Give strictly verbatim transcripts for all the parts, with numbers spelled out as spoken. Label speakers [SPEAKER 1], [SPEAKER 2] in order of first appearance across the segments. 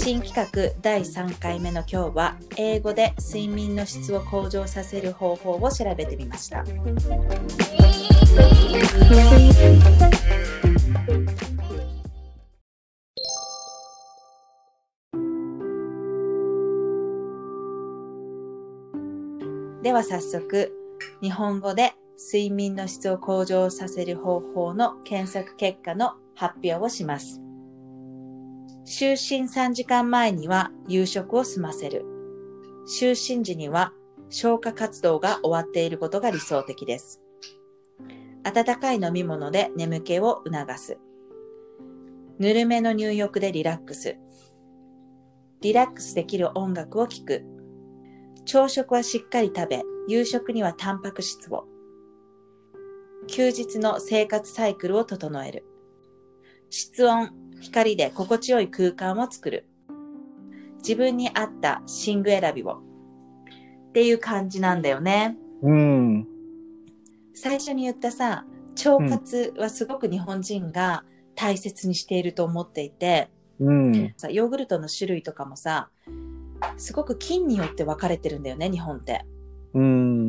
[SPEAKER 1] 新企画だいさんかいめの今日は、英語で睡眠の質を向上させる方法を調べてみました。では早速、日本語で睡眠の質を向上させる方法の検索結果の発表をします。就寝さんじかんまえには夕食を済ませる。就寝時には消化活動が終わっていることが理想的です。温かい飲み物で眠気を促す。ぬるめの入浴でリラックス。リラックスできる音楽を聴く。朝食はしっかり食べ、夕食にはタンパク質を。休日の生活サイクルを整える。室温、光で心地よい空間を作る。自分に合った寝具選びを。っていう感じなんだよね。
[SPEAKER 2] うん。
[SPEAKER 1] 最初に言ったさ、腸活はすごく日本人が大切にしていると思っていて、
[SPEAKER 2] うん、
[SPEAKER 1] さヨーグルトの種類とかもさ、すごく菌によって分かれてるんだよね、日本って。
[SPEAKER 2] うん。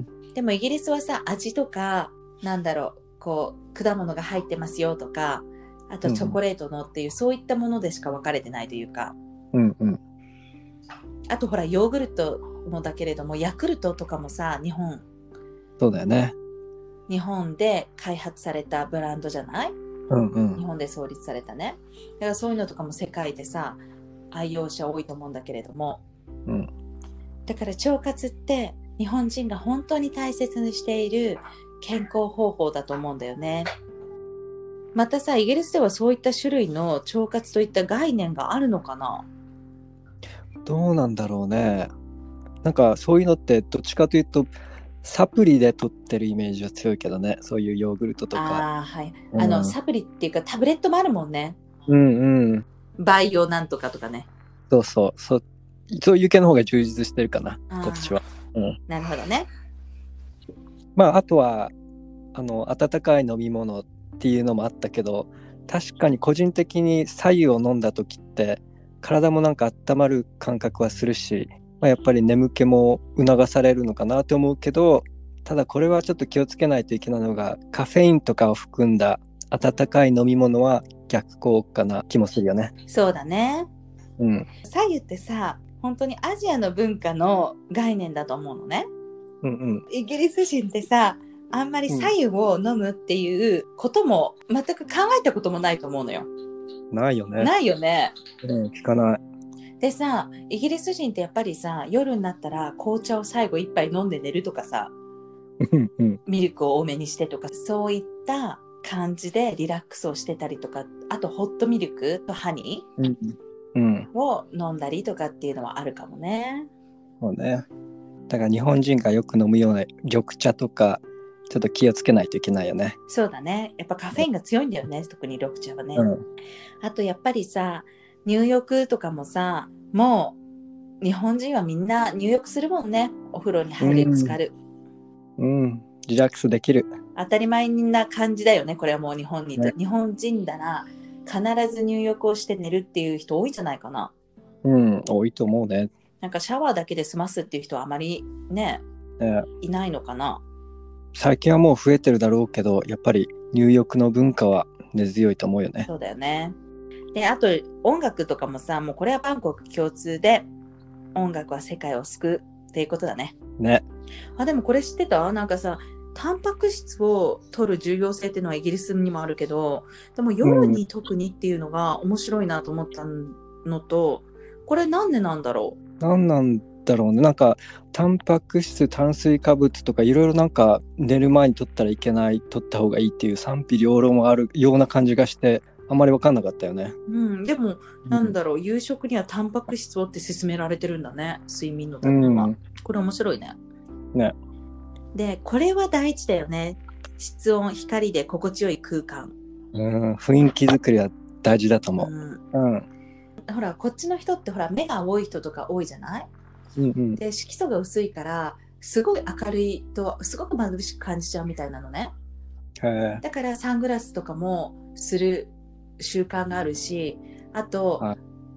[SPEAKER 1] でもイギリスはさ、味とか、なんだろう、こう、果物が入ってますよとか、あとチョコレートのっていう、うん、そういったものでしか分かれてないというか、
[SPEAKER 2] うんうん、
[SPEAKER 1] あとほらヨーグルトもだけれどもヤクルトとかもさ、日本
[SPEAKER 2] そうだよね、
[SPEAKER 1] 日本で開発されたブランドじゃない、
[SPEAKER 2] うんうん、
[SPEAKER 1] 日本で創立されたね。だからそういうのとかも世界でさ愛用者多いと思うんだけれども、
[SPEAKER 2] うん、
[SPEAKER 1] だから腸活って日本人が本当に大切にしている健康方法だと思うんだよね。またさ、イギリスではそういった種類の腸活といった概念があるのかな？
[SPEAKER 2] どうなんだろうね。なんかそういうのってどっちかというとサプリで取ってるイメージは強いけどね。そういうヨーグルトとか。
[SPEAKER 1] ああ、はい、
[SPEAKER 2] うん、
[SPEAKER 1] あのサプリっていうかタブレットもあるもんね。
[SPEAKER 2] うんうん。
[SPEAKER 1] バイオなんとかとかね。
[SPEAKER 2] そうそう。そそういう系の方が充実してるかな、こっちは。うん。
[SPEAKER 1] なるほどね。
[SPEAKER 2] まああとはあの温かい飲み物っていうのもあったけど、確かに個人的に白湯を飲んだ時って体もなんか温まる感覚はするし、まあ、やっぱり眠気も促されるのかなと思うけど、ただこれはちょっと気をつけないといけないのが、カフェインとかを含んだ温かい飲み物は逆効果な気もするよね。
[SPEAKER 1] そうだね。
[SPEAKER 2] うん。
[SPEAKER 1] 白湯ってさ、本当にアジアの文化の概念だと思うのね。
[SPEAKER 2] うんうん。
[SPEAKER 1] イギリス人ってさ、あんまり白湯を飲むっていうことも全く考えたこともないと思うのよ。
[SPEAKER 2] ないよね。
[SPEAKER 1] ないよね。
[SPEAKER 2] うん、聞かない。
[SPEAKER 1] でさ、イギリス人ってやっぱりさ、夜になったら紅茶を最後一杯飲んで寝るとかさ、
[SPEAKER 2] うん、
[SPEAKER 1] ミルクを多めにしてとか、そういった感じでリラックスをしてたりとか、あとホットミルクとハニ
[SPEAKER 2] ー、うんうん、
[SPEAKER 1] を飲んだりとかっていうのはあるかもね。
[SPEAKER 2] そうね。だから日本人がよく飲むような緑茶とかちょっと気をつけないといけないよね。
[SPEAKER 1] そうだね。やっぱカフェインが強いんだよね、特に緑茶はね、
[SPEAKER 2] うん、
[SPEAKER 1] あとやっぱりさ、入浴とかもさ、もう日本人はみんな入浴するもんね。お風呂に入る、浸かる、
[SPEAKER 2] うん、うん、リラックスできる。
[SPEAKER 1] 当たり前な感じだよね。これはもう日本にと、ね、日本人だな、必ず入浴をして寝るっていう人多いんじゃないかな。
[SPEAKER 2] うん、多いと思うね。
[SPEAKER 1] なんかシャワーだけで済ますっていう人はあまりね、
[SPEAKER 2] ね、
[SPEAKER 1] いないのかな。
[SPEAKER 2] 最近はもう増えてるだろうけど、やっぱり入浴の文化は根強いと思うよね。
[SPEAKER 1] そうだよね。で、あと音楽とかもさ、もうこれはバンコク共通で、音楽は世界を救うっていうことだね。
[SPEAKER 2] ね。
[SPEAKER 1] あ、でもこれ知ってた？なんかさ、タンパク質を取る重要性っていうのはイギリスにもあるけど、でも夜に特にっていうのが面白いなと思ったのと、うん、これなんでなんだろ
[SPEAKER 2] う？なんなんだろうね。なんかタンパク質、炭水化物とかいろいろなんか寝る前に取ったらいけない、取った方がいいっていう賛否両論もあるような感じがして、あんまり分かんなかったよね。
[SPEAKER 1] うん、でもなんだろう、うん、夕食にはタンパク質をって勧められてるんだね、睡眠のためには、うん、これ面白いね。
[SPEAKER 2] ね。
[SPEAKER 1] で、これは大事だよね。室温、光で心地よい空間。
[SPEAKER 2] うん、雰囲気作りは大事だと思う。うん
[SPEAKER 1] うん、ほら、こっちの人ってほら目が多い人とか多いじゃない？
[SPEAKER 2] うんうん、で
[SPEAKER 1] 色素が薄いからすごい明るいとすごく眩しく感じちゃうみたいなのね。
[SPEAKER 2] へ
[SPEAKER 1] だからサングラスとかもする習慣があるし、あと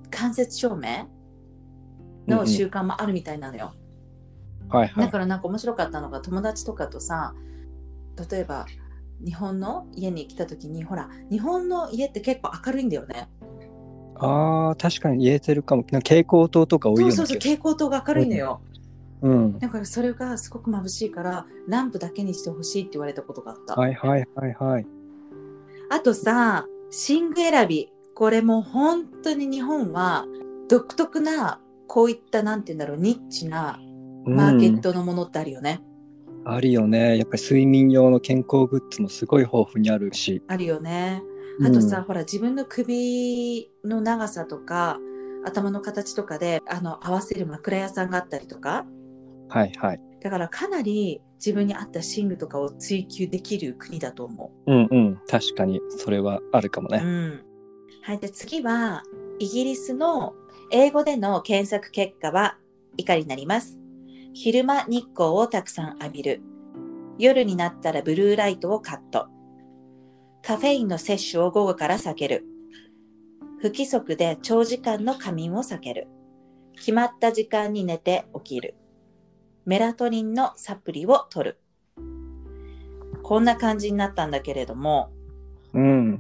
[SPEAKER 1] 間接照明の習慣もあるみたいなのよ、
[SPEAKER 2] うんうん、はいはい、
[SPEAKER 1] だからなんか面白かったのが、友達とかとさ、例えば日本の家に来た時に、ほら日本の家って結構明るいんだよね。
[SPEAKER 2] あー確かに言えてるかも。なんか蛍光灯とか多い
[SPEAKER 1] そうそうそう、
[SPEAKER 2] ような気がする。
[SPEAKER 1] 蛍光灯が明るいのよ、
[SPEAKER 2] うん、
[SPEAKER 1] だからそれがすごく眩しいからランプだけにしてほしいって言われたことがあった。
[SPEAKER 2] はいはいはいはい。
[SPEAKER 1] あとさ、寝具選び、これも本当に日本は独特なこういったなんて言うんだろう、ニッチなマーケットのものってあるよね、
[SPEAKER 2] うん、あるよね。やっぱり睡眠用の健康グッズもすごい豊富にあるし。
[SPEAKER 1] あるよね。
[SPEAKER 2] うん、
[SPEAKER 1] あとさ、ほら自分の首の長さとか頭の形とかであの合わせる枕屋さんがあったりとか、
[SPEAKER 2] はいはい。
[SPEAKER 1] だからかなり自分に合った寝具とかを追求できる国だと思
[SPEAKER 2] う。うんうん、確かにそれはあるかも
[SPEAKER 1] う。
[SPEAKER 2] ね。
[SPEAKER 1] うん。はい、で次はイギリスの英語での検索結果は以下になります。昼間日光をたくさん浴びる。夜になったらブルーライトをカット。カフェインの摂取を午後から避ける。不規則で長時間の仮眠を避ける。決まった時間に寝て起きる。メラトニンのサプリを取る。こんな感じになったんだけれども、
[SPEAKER 2] うん、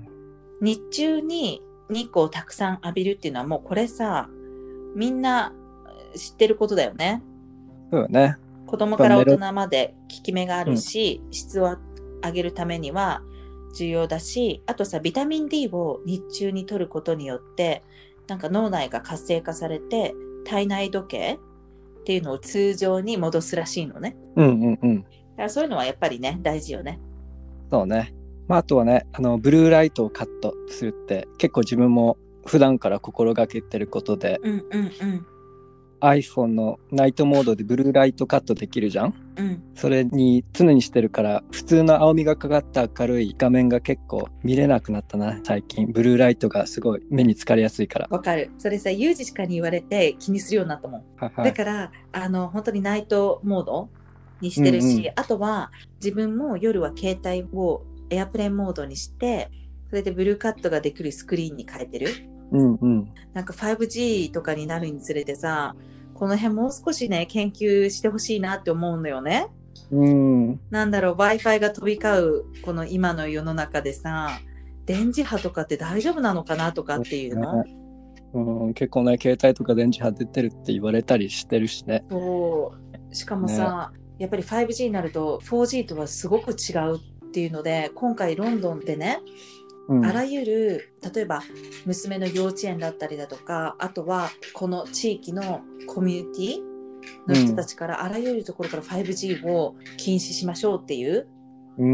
[SPEAKER 1] 日中に日光をたくさん浴びるっていうのはもうこれさ、みんな知ってることだよね。
[SPEAKER 2] そうよね。
[SPEAKER 1] 子供から大人まで効き目があるし、うん、質を上げるためには重要だし、あとさ、ビタミン D を日中に摂ることによってなんか脳内が活性化されて体内時計っていうのを通常に戻すらしいのね。
[SPEAKER 2] うんうんうん。だ
[SPEAKER 1] からそういうのはやっぱりね、大事よね。
[SPEAKER 2] そうね。まあ、あとはね、あのブルーライトをカットするって結構自分も普段から心がけてることで、
[SPEAKER 1] うんうんうん、
[SPEAKER 2] iPhone のナイトモードでブルーライトカットできるじゃん、
[SPEAKER 1] うん、
[SPEAKER 2] それに常にしてるから普通の青みがかかった明るい画面が結構見れなくなったな最近。ブルーライトがすごい目に疲れやすいから。
[SPEAKER 1] わかる。それさ、ユージしかに言われて気にするようになったもん。
[SPEAKER 2] はいはい、
[SPEAKER 1] だからあの本当にナイトモードにしてるし、うんうん、あとは自分も夜は携帯をエアプレインモードにして、それでブルーカットができるスクリーンに変えてる。
[SPEAKER 2] うんうん。
[SPEAKER 1] なんか ファイブジー とかになるにつれてさ、この辺もう少しね、研究してほしいなって思うのよね。
[SPEAKER 2] うん。
[SPEAKER 1] なんだろう、Wi-Fi が飛び交うこの今の世の中でさ、電磁波とかって大丈夫なのかなとかっていうの、
[SPEAKER 2] うん、結構ね、携帯とか電磁波出てるって言われたりしてるしね。
[SPEAKER 1] そう。しかもさ、ね、やっぱり ファイブジー になると フォージー とはすごく違うっていうので、今回ロンドンでね、うん、あらゆる例えば娘の幼稚園だったりだとか、あとはこの地域のコミュニティの人たちから、うん、あらゆるところから ファイブジー を禁止しましょうっていう、うん、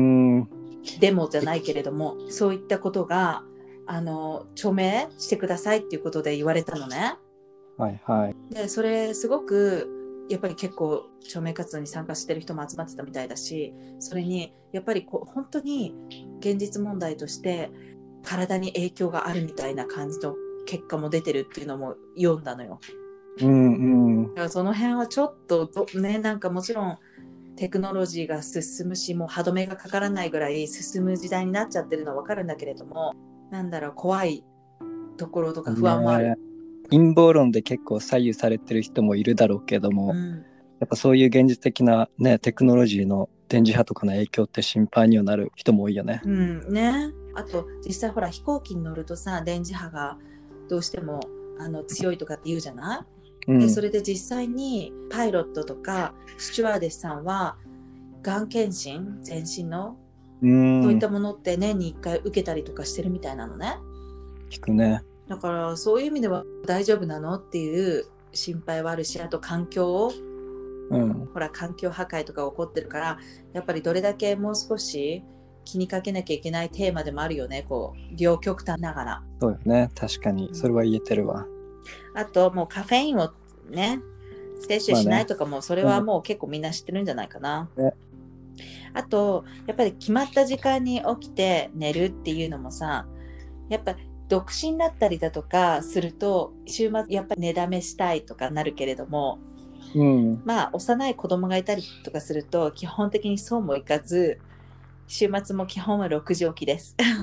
[SPEAKER 1] デモじゃないけれども、そういったことがあの著名してくださいっていうことで言われたのね。
[SPEAKER 2] はいはい。
[SPEAKER 1] でそれすごくやっぱり結構署名活動に参加してる人も集まってたみたいだし、それにやっぱりこう本当に現実問題として体に影響があるみたいな感じの結果も出てるっていうのも読んだのよ。
[SPEAKER 2] うんうん。
[SPEAKER 1] だからその辺はちょっとね、なんかもちろんテクノロジーが進むし、もう歯止めがかからないぐらい進む時代になっちゃってるのは分かるんだけれども、なんだろう、怖いところとか不安もある。ね、
[SPEAKER 2] 陰謀論で結構左右されてる人もいるだろうけども、うん、やっぱそういう現実的な、ね、テクノロジーの電磁波とかの影響って心配にはなる人も多いよね。
[SPEAKER 1] うんね。あと実際ほら飛行機に乗るとさ、電磁波がどうしてもあの強いとかって言うじゃない、うん、でそれで実際にパイロットとかスチュワーデスさんはがん検診、全身のうんそういったものって年にいっかい受けたりとかしてるみたいなのね。
[SPEAKER 2] 聞くね。
[SPEAKER 1] だからそういう意味では大丈夫なのっていう心配はあるし、あと環境、うん、ほら環境破壊とか起こってるから、やっぱりどれだけもう少し気にかけなきゃいけないテーマでもあるよね、こう両極端ながら。
[SPEAKER 2] そうよね、確かにそれは言えてるわ。
[SPEAKER 1] あともうカフェインをね摂取しないとかも、それはもう結構みんな知ってるんじゃないかな、ね、あとやっぱり決まった時間に起きて寝るっていうのもさ、やっぱ独身だったりだとかすると週末やっぱり寝だめしたいとかなるけれども、うん、まあ幼い子供がいたりとかすると基本的にそうもいかず、週末も基本はろくじ起きです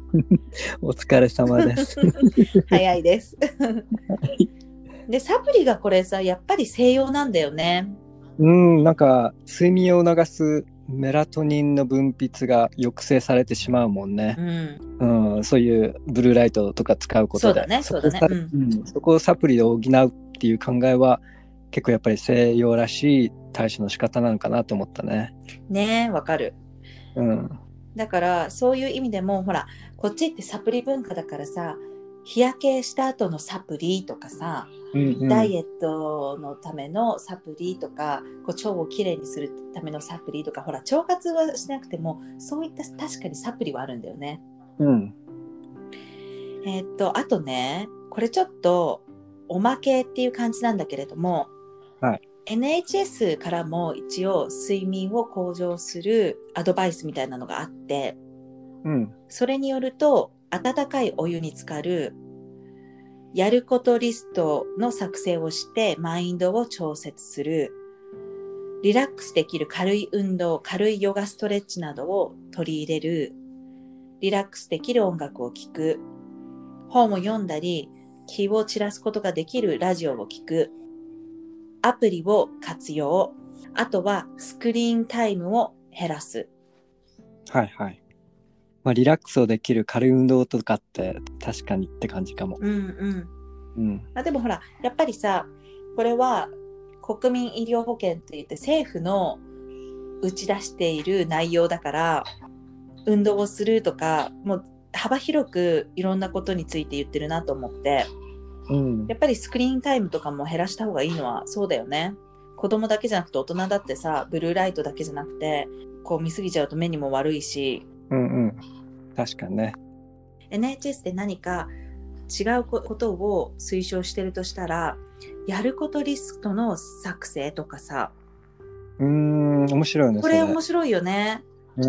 [SPEAKER 2] お疲れ様です。
[SPEAKER 1] 早いです。で、サプリがこれさ、やっぱり西洋なんだよね。
[SPEAKER 2] うん、なんか睡眠を促すメラトニンの分泌が抑制されてしまうもんね。
[SPEAKER 1] うん。
[SPEAKER 2] うん、そういうブルーライトとか使うことで、
[SPEAKER 1] そうだね、
[SPEAKER 2] そこをさ、
[SPEAKER 1] そうだね。うん。
[SPEAKER 2] うん、そこをサプリで補うっていう考えは結構やっぱり西洋らしい対処の仕方なのかなと思ったね。
[SPEAKER 1] ねえ、わかる。
[SPEAKER 2] うん、
[SPEAKER 1] だから、そういう意味でも、ほら、こっちってサプリ文化だからさ、日焼けした後のサプリとかさ、
[SPEAKER 2] うんうん、
[SPEAKER 1] ダイエットのためのサプリとか、こう腸をきれいにするためのサプリとか、ほら、腸活はしなくても、そういった確かにサプリはあるんだよね。
[SPEAKER 2] うん、
[SPEAKER 1] えーっと、あとね、これちょっとおまけっていう感じなんだけれども、
[SPEAKER 2] はい、
[SPEAKER 1] エヌエイチエス からも一応睡眠を向上するアドバイスみたいなのがあって、
[SPEAKER 2] うん、
[SPEAKER 1] それによると、温かいお湯に浸かる、やることリストの作成をしてマインドを調節する、リラックスできる軽い運動、軽いヨガストレッチなどを取り入れる、リラックスできる音楽を聴く、本を読んだり、気を散らすことができるラジオを聴く、アプリを活用、あとはスクリーンタイムを減らす。
[SPEAKER 2] はいはい。まあ、リラックスをできる軽い運動とかって確かにって感じかも。
[SPEAKER 1] うんうん。
[SPEAKER 2] うん、
[SPEAKER 1] あでもほら、やっぱりさ、これは国民医療保険って言って政府の打ち出している内容だから、運動をするとか、もう幅広くいろんなことについて言ってるなと思って、
[SPEAKER 2] うん、
[SPEAKER 1] やっぱりスクリーンタイムとかも減らした方がいいのはそうだよね。子供だけじゃなくて大人だってさ、ブルーライトだけじゃなくて、こう見すぎちゃうと目にも悪いし、
[SPEAKER 2] うんうん、確かにね。
[SPEAKER 1] エヌエイチエス で何か違うことを推奨してるとしたら、やることリストの作成とかさ、
[SPEAKER 2] うーん、面白いね、
[SPEAKER 1] これ
[SPEAKER 2] それ。
[SPEAKER 1] 面白いよね。
[SPEAKER 2] うん、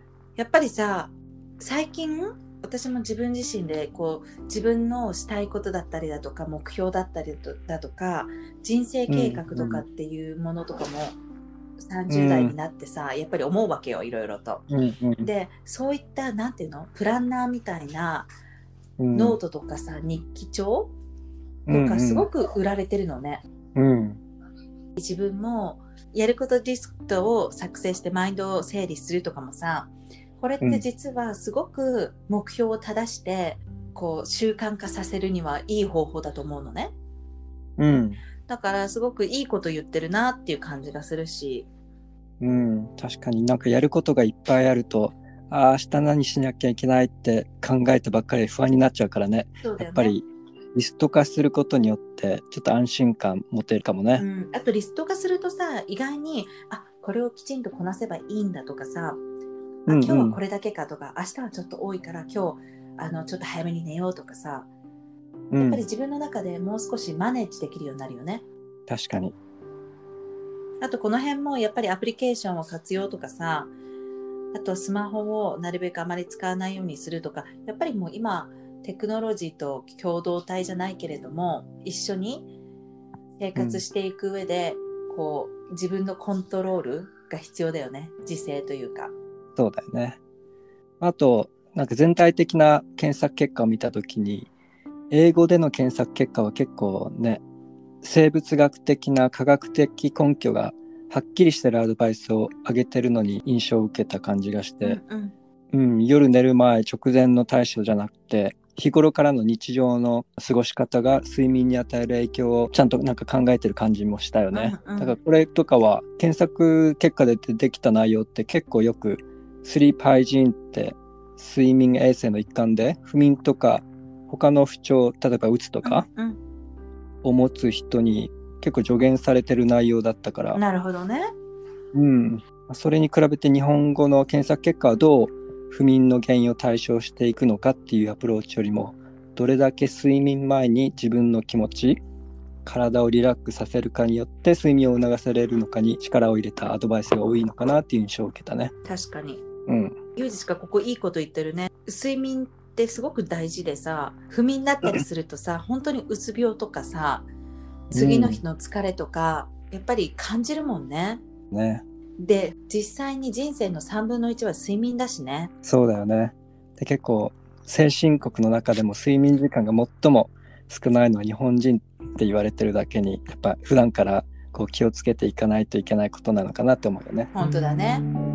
[SPEAKER 1] やっぱりさ、最近私も自分自身でこう自分のしたいことだったりだとか目標だったりだとか人生計画とかっていうものとかもさんじゅう代になってさ、やっぱり思うわけよ、いろいろと。
[SPEAKER 2] うんうん、
[SPEAKER 1] で、そういったなんていうのプランナーみたいな
[SPEAKER 2] うん、
[SPEAKER 1] ノートとかさ、日記帳とかす
[SPEAKER 2] うん
[SPEAKER 1] ごく売られてるのね。
[SPEAKER 2] うん、
[SPEAKER 1] 自分もやることリストを作成してマインドを整理するとかもさ、これって実はすごく目標を正してこう習慣化させるにはいい方法だと思うのね。
[SPEAKER 2] うん、
[SPEAKER 1] だからすごくいいこと言ってるなっていう感じがするし、
[SPEAKER 2] うん、確かになんかやることがいっぱいあると、ああ、明日何しなきゃいけないって考えてばっかりで不安になっちゃうからね。
[SPEAKER 1] そうだよね。
[SPEAKER 2] やっぱりリスト化することによってちょっと安心感持てるかもね。
[SPEAKER 1] うん、あとリスト化するとさ、意外にあこれをきちんとこなせばいいんだとかさ、あ
[SPEAKER 2] うん
[SPEAKER 1] 今日
[SPEAKER 2] うん、
[SPEAKER 1] はこれだけかとか、明日はちょっと多いから今日あのちょっと早めに寝ようとかさ、やっぱり
[SPEAKER 2] うん、
[SPEAKER 1] 自分の中でもう少しマネージできるようになるよね。
[SPEAKER 2] 確かに。
[SPEAKER 1] あとこの辺もやっぱりアプリケーションを活用とかさ、あとスマホをなるべくあまり使わないようにするとか、やっぱりもう今テクノロジーと共同体じゃないけれども、一緒に生活していく上で、うん、こう自分のコントロールが必要だよね。自制というか。
[SPEAKER 2] そうだよね。あとなんか全体的な検索結果を見たときに、英語での検索結果は結構ね、生物学的な科学的根拠がはっきりしてるアドバイスを上げてるのに印象を受けた感じがして、
[SPEAKER 1] うんうん、
[SPEAKER 2] うん、夜寝る前直前の対処じゃなくて、日頃からの日常の過ごし方が睡眠に与える影響をちゃんとなんか考えてる感じもしたよね。
[SPEAKER 1] うんうん、
[SPEAKER 2] だからこれとかは検索結果で出てきた内容って結構よくスリープハイジーンって睡眠衛生の一環で不眠とか他の不調、例えばうつとかを持つ人に結構助言されてる内容だったから、
[SPEAKER 1] なるほどね。
[SPEAKER 2] うん、それに比べて日本語の検索結果はどう不眠の原因を対処していくのかっていうアプローチよりも、どれだけ睡眠前に自分の気持ち、体をリラックスさせるかによって睡眠を促されるのかに力を入れたアドバイスが多いのかなっていう印象を受けたね。
[SPEAKER 1] 確かに。
[SPEAKER 2] うん。
[SPEAKER 1] ユージしかここいいこと言ってるね。睡眠ってすごく大事でさ、不眠だったりするとさ、本当にうつ病とかさ、次の日の疲れとか、うん、やっぱり感じるもんね。
[SPEAKER 2] ね。
[SPEAKER 1] で、実際に人生のさんぶんのいちは睡眠だしね。
[SPEAKER 2] そうだよね。で結構先進国の中でも睡眠時間が最も少ないのは日本人って言われてるだけに、やっぱ普段からこう気をつけていかないといけないことなのかなって思うよね。
[SPEAKER 1] 本当だね。